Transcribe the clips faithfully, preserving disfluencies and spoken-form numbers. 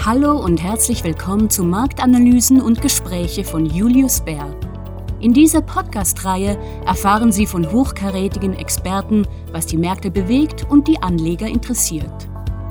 Hallo und herzlich willkommen zu Marktanalysen und Gespräche von Julius Baer. In dieser Podcast-Reihe erfahren Sie von hochkarätigen Experten, was die Märkte bewegt und die Anleger interessiert.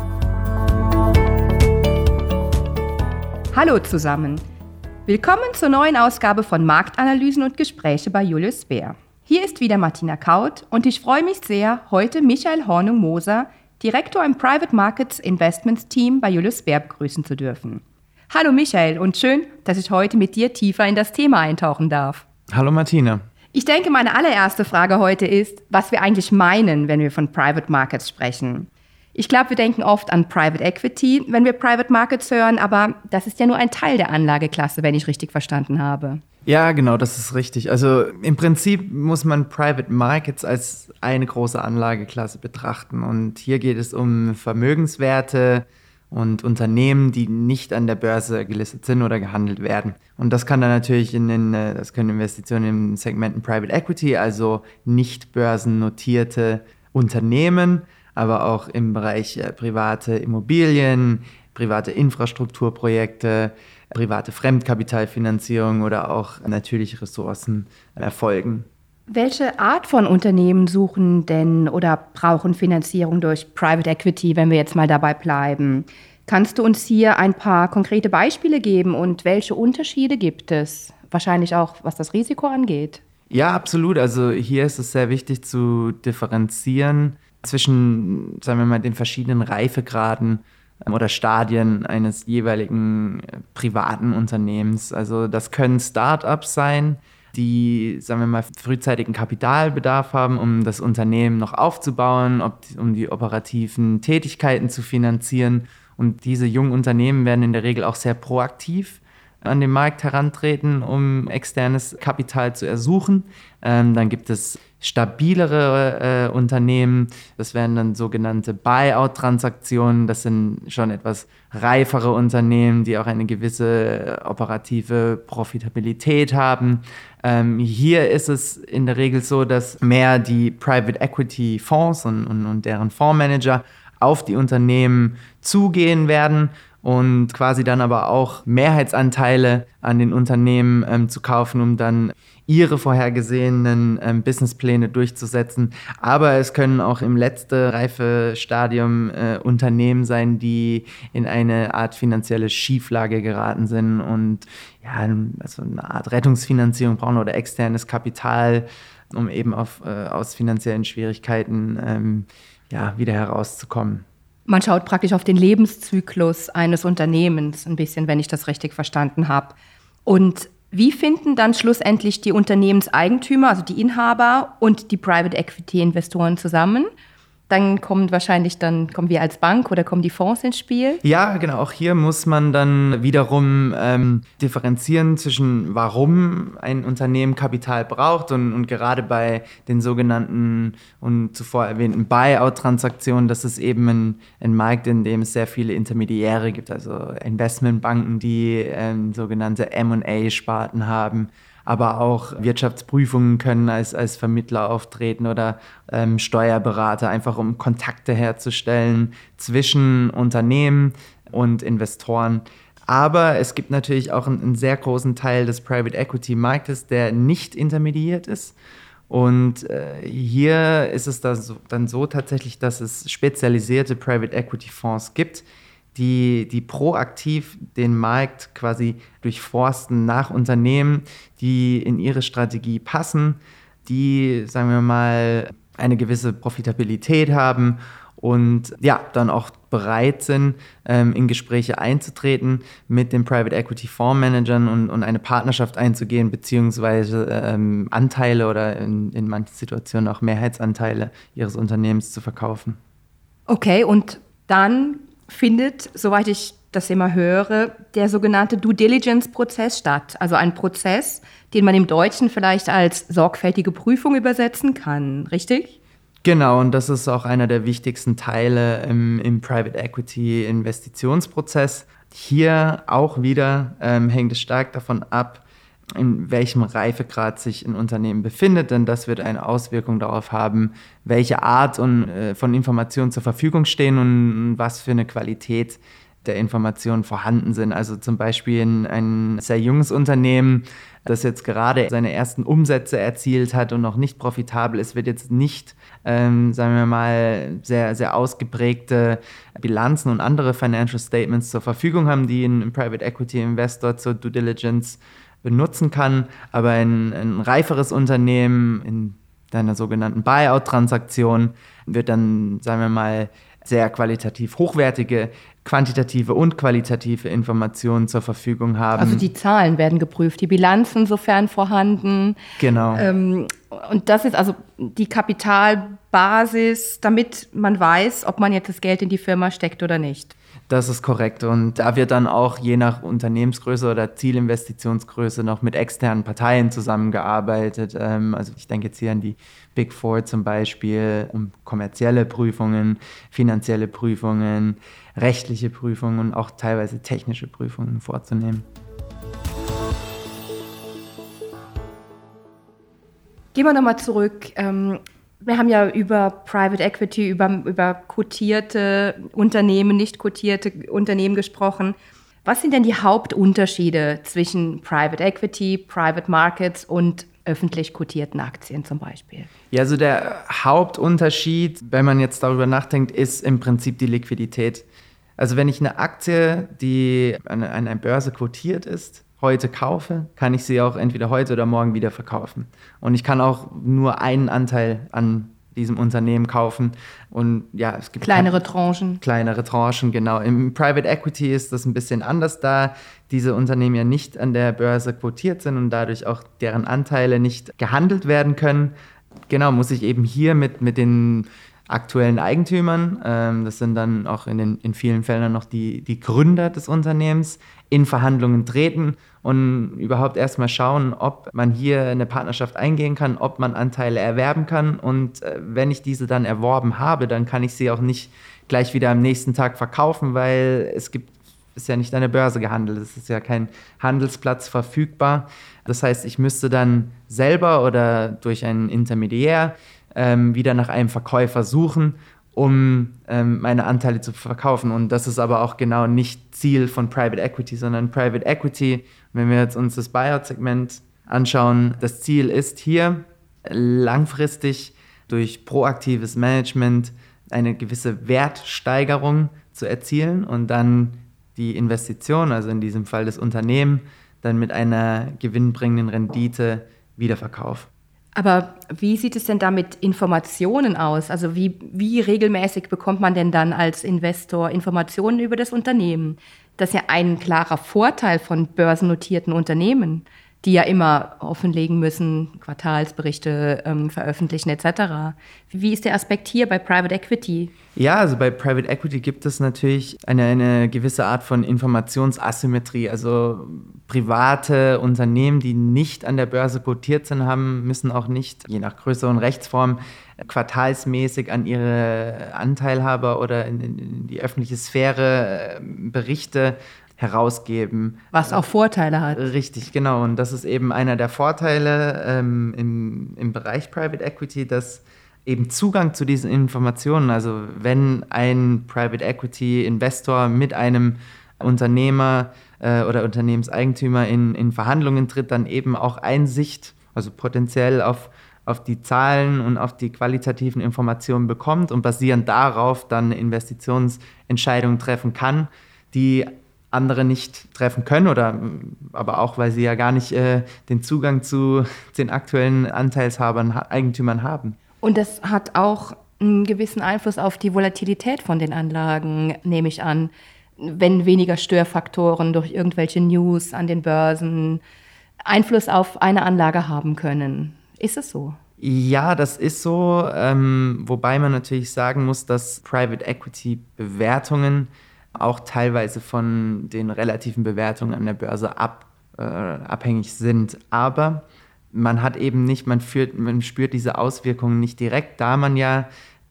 Hallo zusammen. Willkommen zur neuen Ausgabe von Marktanalysen und Gespräche bei Julius Baer. Hier ist wieder Martina Kaut und ich freue mich sehr, heute Michael Hornung-Moser, Direktor im Private Markets Investments Team bei Julius Baer, begrüßen zu dürfen. Hallo Michael und schön, dass ich heute mit dir tiefer in das Thema eintauchen darf. Hallo Martina. Ich denke, meine allererste Frage heute ist, was wir eigentlich meinen, wenn wir von Private Markets sprechen. Ich glaube, wir denken oft an Private Equity, wenn wir Private Markets hören, aber das ist ja nur ein Teil der Anlageklasse, wenn ich richtig verstanden habe. Ja, genau, das ist richtig. Also im Prinzip muss man Private Markets als eine große Anlageklasse betrachten. Und hier geht es um Vermögenswerte und Unternehmen, die nicht an der Börse gelistet sind oder gehandelt werden. Und das kann dann natürlich in den, das können Investitionen in Segmenten Private Equity, also nicht börsennotierte Unternehmen, aber auch im Bereich äh, private Immobilien, private Infrastrukturprojekte, private Fremdkapitalfinanzierung oder auch natürliche Ressourcen erfolgen. Welche Art von Unternehmen suchen denn oder brauchen Finanzierung durch Private Equity, wenn wir jetzt mal dabei bleiben? Kannst du uns hier ein paar konkrete Beispiele geben und welche Unterschiede gibt es? Wahrscheinlich auch, was das Risiko angeht. Ja, absolut. Also hier ist es sehr wichtig zu differenzieren zwischen, sagen wir mal, den verschiedenen Reifegraden oder Stadien eines jeweiligen privaten Unternehmens. Also das können Start-ups sein, die, sagen wir mal, frühzeitigen Kapitalbedarf haben, um das Unternehmen noch aufzubauen, ob, um die operativen Tätigkeiten zu finanzieren. Und diese jungen Unternehmen werden in der Regel auch sehr proaktiv an den Markt herantreten, um externes Kapital zu ersuchen. Ähm, dann gibt es stabilere äh, Unternehmen, das wären dann sogenannte Buyout-Transaktionen, das sind schon etwas reifere Unternehmen, die auch eine gewisse operative Profitabilität haben. Ähm, hier ist es in der Regel so, dass mehr die Private Equity Fonds und, und, und deren Fondsmanager auf die Unternehmen zugehen werden und quasi dann aber auch Mehrheitsanteile an den Unternehmen ähm, zu kaufen, um dann ihre vorhergesehenen ähm, Businesspläne durchzusetzen. Aber es können auch im letzten Reifestadium äh, Unternehmen sein, die in eine Art finanzielle Schieflage geraten sind und ja, also eine Art Rettungsfinanzierung brauchen oder externes Kapital, um eben auf, äh, aus finanziellen Schwierigkeiten ähm, ja, wieder herauszukommen. Man schaut praktisch auf den Lebenszyklus eines Unternehmens ein bisschen, wenn ich das richtig verstanden habe. Und wie finden dann schlussendlich die Unternehmenseigentümer, also die Inhaber und die Private Equity Investoren zusammen? Dann kommen wahrscheinlich, dann kommen wir als Bank oder kommen die Fonds ins Spiel? Ja, genau. Auch hier muss man dann wiederum ähm, differenzieren zwischen, warum ein Unternehmen Kapital braucht und, und gerade bei den sogenannten und zuvor erwähnten Buyout-Transaktionen, das ist eben ein, ein Markt, in dem es sehr viele Intermediäre gibt, also Investmentbanken, die ähm, sogenannte M und A-Sparten haben. Aber auch Wirtschaftsprüfungen können als, als Vermittler auftreten oder ähm, Steuerberater, einfach um Kontakte herzustellen zwischen Unternehmen und Investoren. Aber es gibt natürlich auch einen, einen sehr großen Teil des Private Equity Marktes, der nicht intermediiert ist. Und äh, hier ist es dann so, dann so tatsächlich, dass es spezialisierte Private Equity Fonds gibt, die, die proaktiv den Markt quasi durchforsten nach Unternehmen, die in ihre Strategie passen, die, sagen wir mal, eine gewisse Profitabilität haben und ja, dann auch bereit sind, ähm, in Gespräche einzutreten mit den Private Equity Fondsmanagern und, und eine Partnerschaft einzugehen, beziehungsweise ähm, Anteile oder in, in manchen Situationen auch Mehrheitsanteile ihres Unternehmens zu verkaufen. Okay, und dann findet, soweit ich das immer höre, der sogenannte Due Diligence-Prozess statt. Also ein Prozess, den man im Deutschen vielleicht als sorgfältige Prüfung übersetzen kann, richtig? Genau, und das ist auch einer der wichtigsten Teile im, im Private Equity Investitionsprozess. Hier auch wieder ähm, hängt es stark davon ab, in welchem Reifegrad sich ein Unternehmen befindet, denn das wird eine Auswirkung darauf haben, welche Art und, äh, von Informationen zur Verfügung stehen und was für eine Qualität der Informationen vorhanden sind. Also zum Beispiel ein, ein sehr junges Unternehmen, das jetzt gerade seine ersten Umsätze erzielt hat und noch nicht profitabel ist, wird jetzt nicht, ähm, sagen wir mal, sehr, sehr ausgeprägte Bilanzen und andere Financial Statements zur Verfügung haben, die ein Private Equity Investor zur Due Diligence benutzen kann. Aber ein, ein reiferes Unternehmen in einer sogenannten Buyout-Transaktion wird dann, sagen wir mal, sehr qualitativ hochwertige, quantitative und qualitative Informationen zur Verfügung haben. Also die Zahlen werden geprüft, die Bilanzen sofern vorhanden. Genau. Ähm, und das ist also die Kapitalbasis, damit man weiß, ob man jetzt das Geld in die Firma steckt oder nicht. Das ist korrekt. Und da wird dann auch je nach Unternehmensgröße oder Zielinvestitionsgröße noch mit externen Parteien zusammengearbeitet. Also ich denke jetzt hier an die Big Four zum Beispiel, um kommerzielle Prüfungen, finanzielle Prüfungen, rechtliche Prüfungen und auch teilweise technische Prüfungen vorzunehmen. Gehen wir nochmal zurück. Wir haben ja über Private Equity, über, über kotierte Unternehmen, nicht kotierte Unternehmen gesprochen. Was sind denn die Hauptunterschiede zwischen Private Equity, Private Markets und öffentlich kotierten Aktien zum Beispiel? Ja, also der Hauptunterschied, wenn man jetzt darüber nachdenkt, ist im Prinzip die Liquidität. Also wenn ich eine Aktie, die an einer Börse kotiert ist, heute kaufe, kann ich sie auch entweder heute oder morgen wieder verkaufen. Und ich kann auch nur einen Anteil an diesem Unternehmen kaufen. Und ja, es gibt kleinere Tranchen. Kleinere Tranchen, genau. Im Private Equity ist das ein bisschen anders, da diese Unternehmen ja nicht an der Börse quotiert sind und dadurch auch deren Anteile nicht gehandelt werden können. Genau, muss ich eben hier mit, mit den aktuellen Eigentümern, ähm, das sind dann auch in, den, in vielen Fällen noch die, die Gründer des Unternehmens, in Verhandlungen treten und überhaupt erstmal schauen, ob man hier eine Partnerschaft eingehen kann, ob man Anteile erwerben kann. Und äh, wenn ich diese dann erworben habe, dann kann ich sie auch nicht gleich wieder am nächsten Tag verkaufen, weil es gibt, ist ja nicht an der Börse gehandelt, es ist ja kein Handelsplatz verfügbar. Das heißt, ich müsste dann selber oder durch einen Intermediär ähm, wieder nach einem Verkäufer suchen, um ähm, meine Anteile zu verkaufen. Und das ist aber auch genau nicht Ziel von Private Equity, sondern Private Equity, wenn wir jetzt uns das Buyout-Segment anschauen, das Ziel ist hier langfristig durch proaktives Management eine gewisse Wertsteigerung zu erzielen und dann die Investition, also in diesem Fall das Unternehmen, dann mit einer gewinnbringenden Rendite wiederverkaufen. Aber wie sieht es denn da mit Informationen aus? Also wie, wie regelmäßig bekommt man denn dann als Investor Informationen über das Unternehmen? Das ist ja ein klarer Vorteil von börsennotierten Unternehmen, die ja immer offenlegen müssen, Quartalsberichte ähm, veröffentlichen et cetera. Wie ist der Aspekt hier bei Private Equity? Ja, also bei Private Equity gibt es natürlich eine, eine gewisse Art von Informationsasymmetrie. Also private Unternehmen, die nicht an der Börse quotiert sind, haben, müssen auch nicht, je nach Größe und Rechtsform, quartalsmäßig an ihre Anteilhaber oder in, in die öffentliche Sphäre Berichte herausgeben. Was auch Vorteile hat. Richtig, genau. Und das ist eben einer der Vorteile ähm, im, im Bereich Private Equity, dass eben Zugang zu diesen Informationen, also wenn ein Private Equity Investor mit einem Unternehmer äh, oder Unternehmenseigentümer in, in Verhandlungen tritt, dann eben auch Einsicht, also potenziell auf, auf die Zahlen und auf die qualitativen Informationen bekommt und basierend darauf dann eine Investitionsentscheidung treffen kann, die andere nicht treffen können oder aber auch, weil sie ja gar nicht äh, den Zugang zu den aktuellen Anteilshabern, Eigentümern haben. Und das hat auch einen gewissen Einfluss auf die Volatilität von den Anlagen, nehme ich an, wenn weniger Störfaktoren durch irgendwelche News an den Börsen Einfluss auf eine Anlage haben können. Ist es so? Ja, das ist so, ähm, wobei man natürlich sagen muss, dass Private Equity Bewertungen auch teilweise von den relativen Bewertungen an der Börse ab, äh, abhängig sind. Aber man hat eben nicht, man, führt, man spürt diese Auswirkungen nicht direkt, da man ja,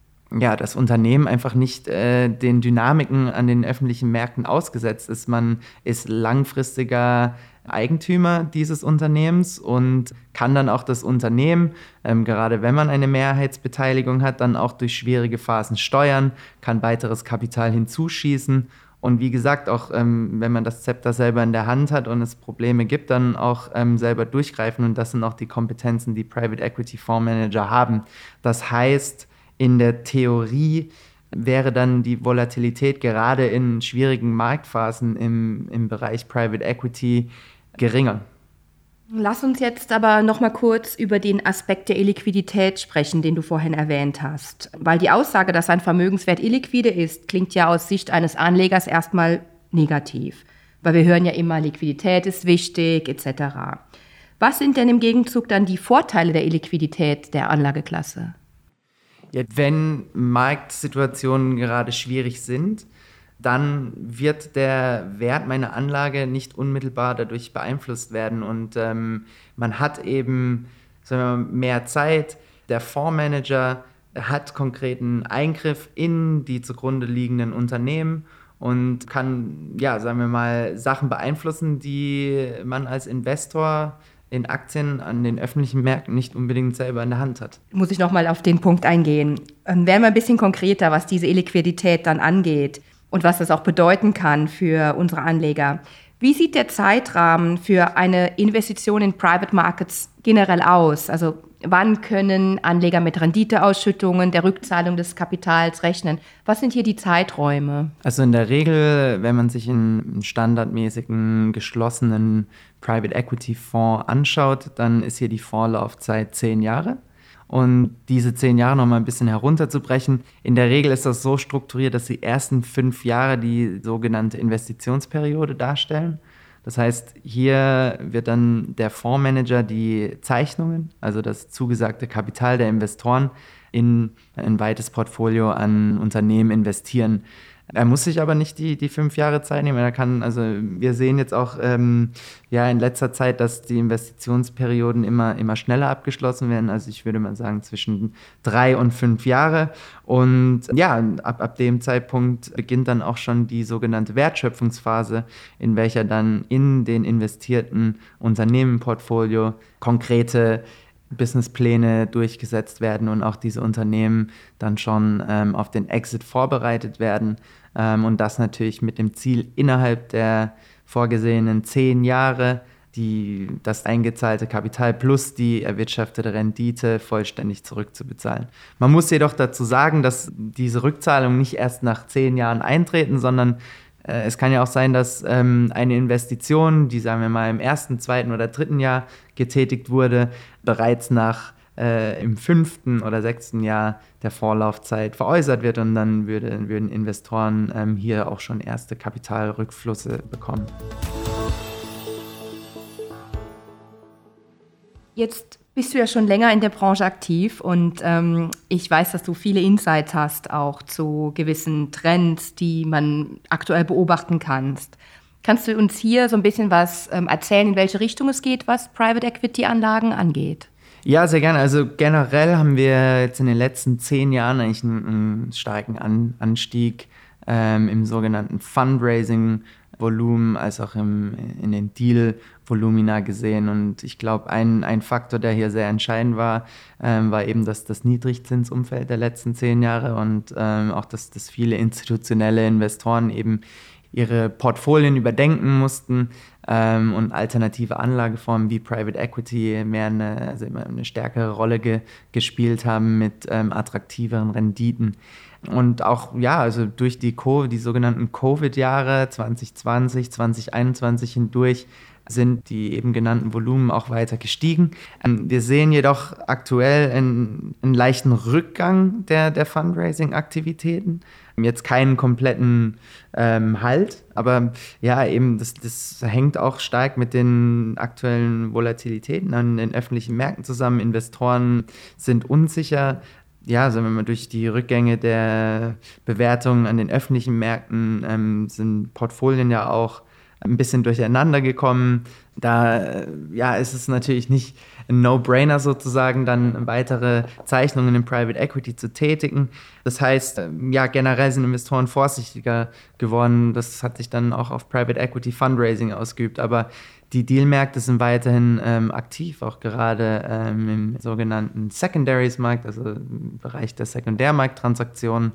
ja das Unternehmen einfach nicht äh, den Dynamiken an den öffentlichen Märkten ausgesetzt ist. Man ist langfristiger Eigentümer dieses Unternehmens und kann dann auch das Unternehmen, ähm, gerade wenn man eine Mehrheitsbeteiligung hat, dann auch durch schwierige Phasen steuern, kann weiteres Kapital hinzuschießen. Und wie gesagt, auch ähm, wenn man das Zepter selber in der Hand hat und es Probleme gibt, dann auch ähm, selber durchgreifen. Und das sind auch die Kompetenzen, die Private Equity Fondsmanager haben. Das heißt, in der Theorie wäre dann die Volatilität gerade in schwierigen Marktphasen im, im Bereich Private Equity geringer. Lass uns jetzt aber noch mal kurz über den Aspekt der Illiquidität sprechen, den du vorhin erwähnt hast. Weil die Aussage, dass ein Vermögenswert illiquide ist, klingt ja aus Sicht eines Anlegers erstmal negativ. Weil wir hören ja immer, Liquidität ist wichtig et cetera. Was sind denn im Gegenzug dann die Vorteile der Illiquidität der Anlageklasse? Ja, wenn Marktsituationen gerade schwierig sind, dann wird der Wert meiner Anlage nicht unmittelbar dadurch beeinflusst werden. Und ähm, man hat eben, sagen wir mal, mehr Zeit. Der Fondsmanager hat konkreten Eingriff in die zugrunde liegenden Unternehmen und kann, ja, sagen wir mal, Sachen beeinflussen, die man als Investor in Aktien an den öffentlichen Märkten nicht unbedingt selber in der Hand hat. Muss ich noch mal auf den Punkt eingehen. Ähm, werden wir ein bisschen konkreter, was diese Illiquidität dann angeht und was das auch bedeuten kann für unsere Anleger. Wie sieht der Zeitrahmen für eine Investition in Private Markets generell aus? Also wann können Anleger mit Renditeausschüttungen, der Rückzahlung des Kapitals rechnen? Was sind hier die Zeiträume? Also in der Regel, wenn man sich einen standardmäßigen, geschlossenen Private Equity Fonds anschaut, dann ist hier die Fondslaufzeit zehn Jahre. Und diese zehn Jahre nochmal ein bisschen herunterzubrechen. In der Regel ist das so strukturiert, dass die ersten fünf Jahre die sogenannte Investitionsperiode darstellen. Das heißt, hier wird dann der Fondsmanager die Zeichnungen, also das zugesagte Kapital der Investoren, in ein weites Portfolio an Unternehmen investieren. Er muss sich aber nicht die, die fünf Jahre Zeit nehmen. Er kann, also wir sehen jetzt auch ähm, ja, in letzter Zeit, dass die Investitionsperioden immer, immer schneller abgeschlossen werden. Also ich würde mal sagen zwischen drei und fünf Jahre. Und ja, ab, ab dem Zeitpunkt beginnt dann auch schon die sogenannte Wertschöpfungsphase, in welcher dann in den investierten Unternehmenportfolio konkrete Businesspläne durchgesetzt werden und auch diese Unternehmen dann schon ähm, auf den Exit vorbereitet werden. Ähm, und das natürlich mit dem Ziel, innerhalb der vorgesehenen zehn Jahre die, das eingezahlte Kapital plus die erwirtschaftete Rendite vollständig zurückzubezahlen. Man muss jedoch dazu sagen, dass diese Rückzahlungen nicht erst nach zehn Jahren eintreten, sondern äh, es kann ja auch sein, dass ähm, eine Investition, die sagen wir mal im ersten, zweiten oder dritten Jahr getätigt wurde, bereits nach äh, im fünften oder sechsten Jahr der Vorlaufzeit veräußert wird und dann würde, würden Investoren ähm, hier auch schon erste Kapitalrückflüsse bekommen. Jetzt bist du ja schon länger in der Branche aktiv und ähm, ich weiß, dass du viele Insights hast, auch zu gewissen Trends, die man aktuell beobachten kannst. Kannst du uns hier so ein bisschen was ähm, erzählen, in welche Richtung es geht, was Private Equity Anlagen angeht? Ja, sehr gerne. Also generell haben wir jetzt in den letzten zehn Jahren eigentlich einen, einen starken An- Anstieg ähm, im sogenannten Fundraising-Volumen als auch im, in den Deal-Volumina gesehen. Und ich glaube, ein, ein Faktor, der hier sehr entscheidend war, ähm, war eben das, das Niedrigzinsumfeld der letzten zehn Jahre und ähm, auch, dass, dass viele institutionelle Investoren eben ihre Portfolien überdenken mussten ähm, und alternative Anlageformen wie Private Equity mehr eine, also immer eine stärkere Rolle ge- gespielt haben mit ähm, attraktiveren Renditen. Und auch, ja, also durch die, Co- die sogenannten Covid-Jahre zwanzig zwanzig, zwanzig einundzwanzig hindurch sind die eben genannten Volumen auch weiter gestiegen. Ähm, wir sehen jedoch aktuell einen, einen leichten Rückgang der, der Fundraising-Aktivitäten. Jetzt keinen kompletten ähm, Halt, aber ja, eben das, das hängt auch stark mit den aktuellen Volatilitäten an den öffentlichen Märkten zusammen. Investoren sind unsicher. Ja, sagen wir mal, durch die Rückgänge der Bewertungen an den öffentlichen Märkten ähm, sind Portfolien ja auch ein bisschen durcheinander gekommen. Da ja, ist es natürlich nicht ein No-Brainer sozusagen, dann weitere Zeichnungen in Private Equity zu tätigen. Das heißt, ja, generell sind Investoren vorsichtiger geworden. Das hat sich dann auch auf Private Equity Fundraising ausgeübt. Aber die Dealmärkte sind weiterhin ähm, aktiv, auch gerade ähm, im sogenannten Secondaries-Markt, also im Bereich der Sekundärmarkttransaktionen.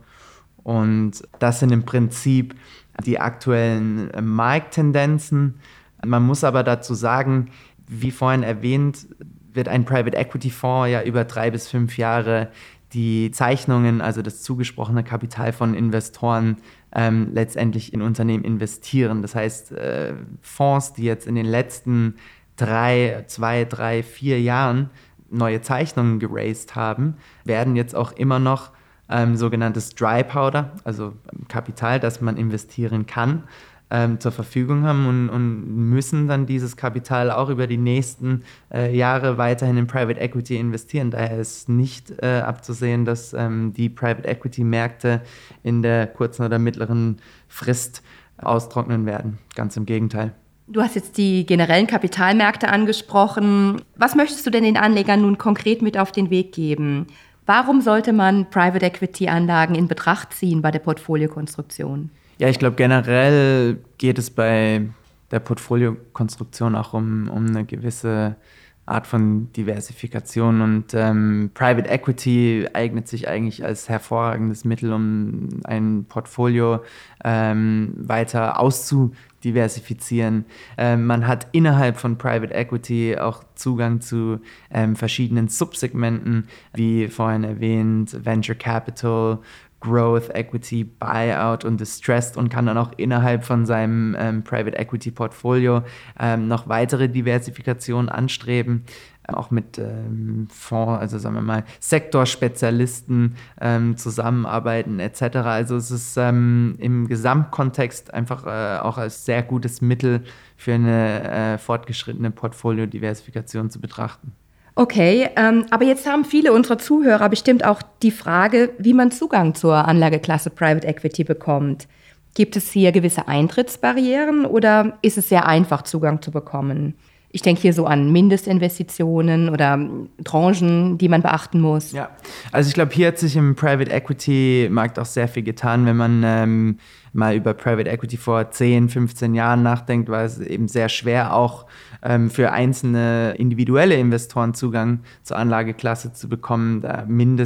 Und das sind im Prinzip die aktuellen äh, Markttendenzen. Man muss aber dazu sagen, wie vorhin erwähnt, wird ein Private Equity Fonds ja über drei bis fünf Jahre die Zeichnungen, also das zugesprochene Kapital von Investoren, ähm, letztendlich in Unternehmen investieren. Das heißt, äh, Fonds, die jetzt in den letzten drei, zwei, drei, vier Jahren neue Zeichnungen geraced haben, werden jetzt auch immer noch ähm, sogenanntes Dry Powder, also Kapital, das man investieren kann, Ähm, zur Verfügung haben und, und müssen dann dieses Kapital auch über die nächsten äh, Jahre weiterhin in Private Equity investieren. Daher ist nicht äh, abzusehen, dass ähm, die Private Equity Märkte in der kurzen oder mittleren Frist austrocknen werden. Ganz im Gegenteil. Du hast jetzt die generellen Kapitalmärkte angesprochen. Was möchtest du denn den Anlegern nun konkret mit auf den Weg geben? Warum sollte man Private Equity Anlagen in Betracht ziehen bei der Portfoliokonstruktion? Ja, ich glaube, generell geht es bei der Portfoliokonstruktion auch um, um eine gewisse Art von Diversifikation. Und ähm, Private Equity eignet sich eigentlich als hervorragendes Mittel, um ein Portfolio ähm, weiter auszudiversifizieren. Ähm, man hat innerhalb von Private Equity auch Zugang zu ähm, verschiedenen Subsegmenten, wie vorhin erwähnt, Venture Capital, Growth, Equity, Buyout und Distressed, und kann dann auch innerhalb von seinem ähm, Private Equity Portfolio ähm, noch weitere Diversifikationen anstreben, auch mit ähm, Fonds, also sagen wir mal Sektorspezialisten ähm, zusammenarbeiten et cetera. Also es ist ähm, im Gesamtkontext einfach äh, auch als sehr gutes Mittel für eine äh, fortgeschrittene Portfolio-Diversifikation zu betrachten. Okay, ähm, aber jetzt haben viele unserer Zuhörer bestimmt auch die Frage, wie man Zugang zur Anlageklasse Private Equity bekommt. Gibt es hier gewisse Eintrittsbarrieren oder ist es sehr einfach, Zugang zu bekommen? Ich denke hier so an Mindestinvestitionen oder Tranchen, die man beachten muss. Ja, also ich glaube, hier hat sich im Private Equity Markt auch sehr viel getan. Wenn man ähm, mal über Private Equity vor zehn, fünfzehn Jahren nachdenkt, war es eben sehr schwer, auch ähm, für einzelne individuelle Investoren Zugang zur Anlageklasse zu bekommen, da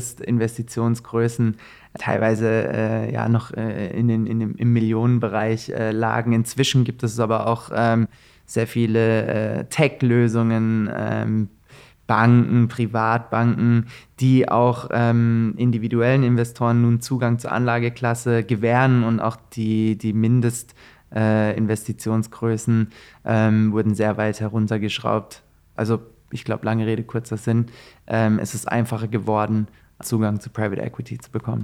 Mindestinvestitionsgrößen teilweise äh, ja noch äh, in den, in dem, im Millionenbereich äh, lagen. Inzwischen gibt es aber auch ähm, sehr viele äh, Tech-Lösungen, ähm, Banken, Privatbanken, die auch ähm, individuellen Investoren nun Zugang zur Anlageklasse gewähren, und auch die, die Mindestinvestitionsgrößen äh, ähm, wurden sehr weit heruntergeschraubt. Also ich glaube, lange Rede, kurzer Sinn, ähm, es ist einfacher geworden, Zugang zu Private Equity zu bekommen.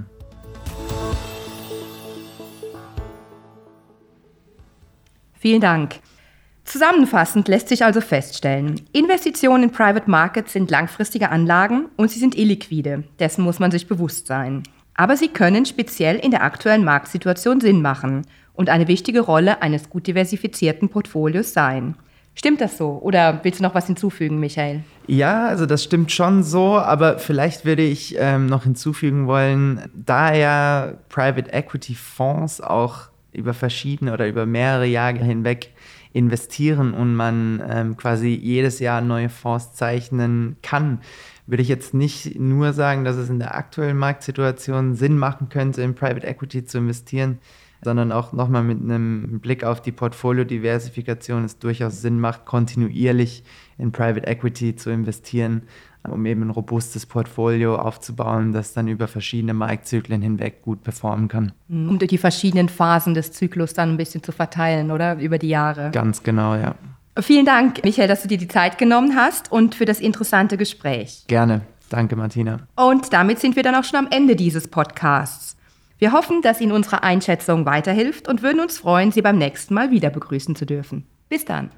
Vielen Dank. Zusammenfassend lässt sich also feststellen, Investitionen in Private Markets sind langfristige Anlagen und sie sind illiquide. Dessen muss man sich bewusst sein. Aber sie können speziell in der aktuellen Marktsituation Sinn machen und eine wichtige Rolle eines gut diversifizierten Portfolios sein. Stimmt das so? Oder willst du noch was hinzufügen, Michael? Ja, also das stimmt schon so, aber vielleicht würde ich ähm, noch hinzufügen wollen, da ja Private Equity Fonds auch über verschiedene oder über mehrere Jahre hinweg investieren und man ähm, quasi jedes Jahr neue Fonds zeichnen kann, würde ich jetzt nicht nur sagen, dass es in der aktuellen Marktsituation Sinn machen könnte, in Private Equity zu investieren, sondern auch nochmal mit einem Blick auf die Portfolio-Diversifikation es durchaus Sinn macht, kontinuierlich in Private Equity zu investieren, um eben ein robustes Portfolio aufzubauen, das dann über verschiedene Marktzyklen hinweg gut performen kann. Um die verschiedenen Phasen des Zyklus dann ein bisschen zu verteilen, oder? Über die Jahre. Ganz genau, ja. Vielen Dank, Michael, dass du dir die Zeit genommen hast und für das interessante Gespräch. Gerne. Danke, Martina. Und damit sind wir dann auch schon am Ende dieses Podcasts. Wir hoffen, dass Ihnen unsere Einschätzung weiterhilft und würden uns freuen, Sie beim nächsten Mal wieder begrüßen zu dürfen. Bis dann.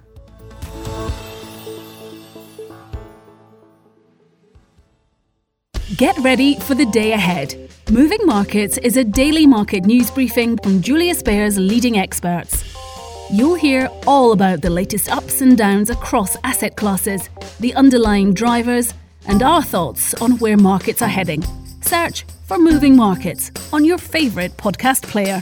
Get ready for the day ahead. Moving Markets is a daily market news briefing from Julius Baer's leading experts. You'll hear all about the latest ups and downs across asset classes, the underlying drivers, and our thoughts on where markets are heading. Search for Moving Markets on your favorite podcast player.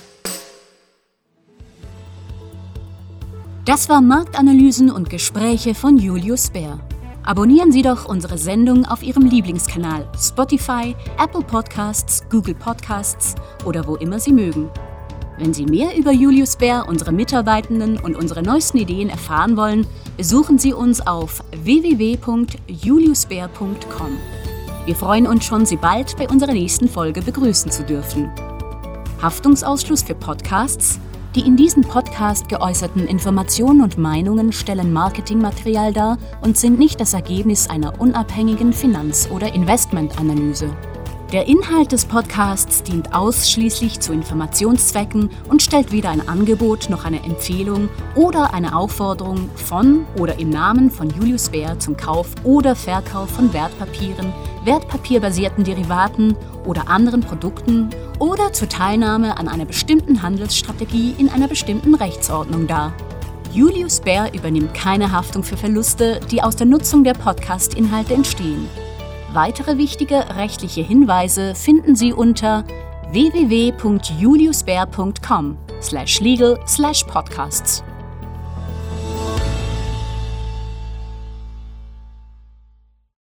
Das war Marktanalysen und Gespräche von Julius Baer. Abonnieren Sie doch unsere Sendung auf Ihrem Lieblingskanal Spotify, Apple Podcasts, Google Podcasts oder wo immer Sie mögen. Wenn Sie mehr über Julius Baer, unsere Mitarbeitenden und unsere neuesten Ideen erfahren wollen, besuchen Sie uns auf w w w punkt julius baer punkt com. Wir freuen uns schon, Sie bald bei unserer nächsten Folge begrüßen zu dürfen. Haftungsausschluss für Podcasts. Die in diesem Podcast geäußerten Informationen und Meinungen stellen Marketingmaterial dar und sind nicht das Ergebnis einer unabhängigen Finanz- oder Investmentanalyse. Der Inhalt des Podcasts dient ausschließlich zu Informationszwecken und stellt weder ein Angebot noch eine Empfehlung oder eine Aufforderung von oder im Namen von Julius Baer zum Kauf oder Verkauf von Wertpapieren, wertpapierbasierten Derivaten oder anderen Produkten oder zur Teilnahme an einer bestimmten Handelsstrategie in einer bestimmten Rechtsordnung dar. Julius Baer übernimmt keine Haftung für Verluste, die aus der Nutzung der Podcast-Inhalte entstehen. Weitere wichtige rechtliche Hinweise finden Sie unter w w w punkt julius baer punkt com slash legal slash podcasts.